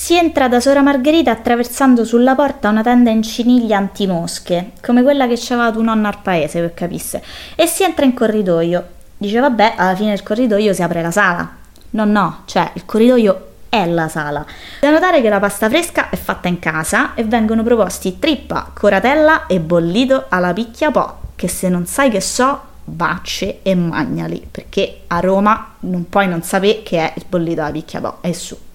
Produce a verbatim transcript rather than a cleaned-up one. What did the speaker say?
Si entra da Sora Margherita attraversando sulla porta una tenda in ciniglia antimosche, come quella che c'aveva tu nonna al paese, per capisse, e si entra in corridoio. Dice vabbè, alla fine del corridoio si apre la sala. No, no, cioè il corridoio è la sala. Da notare che la pasta fresca è fatta in casa e vengono proposti trippa, coratella e bollito alla picchia po', che se non sai che so, vacce e magnali, perché a Roma non puoi non sapere che è il bollito alla picchia po', e su.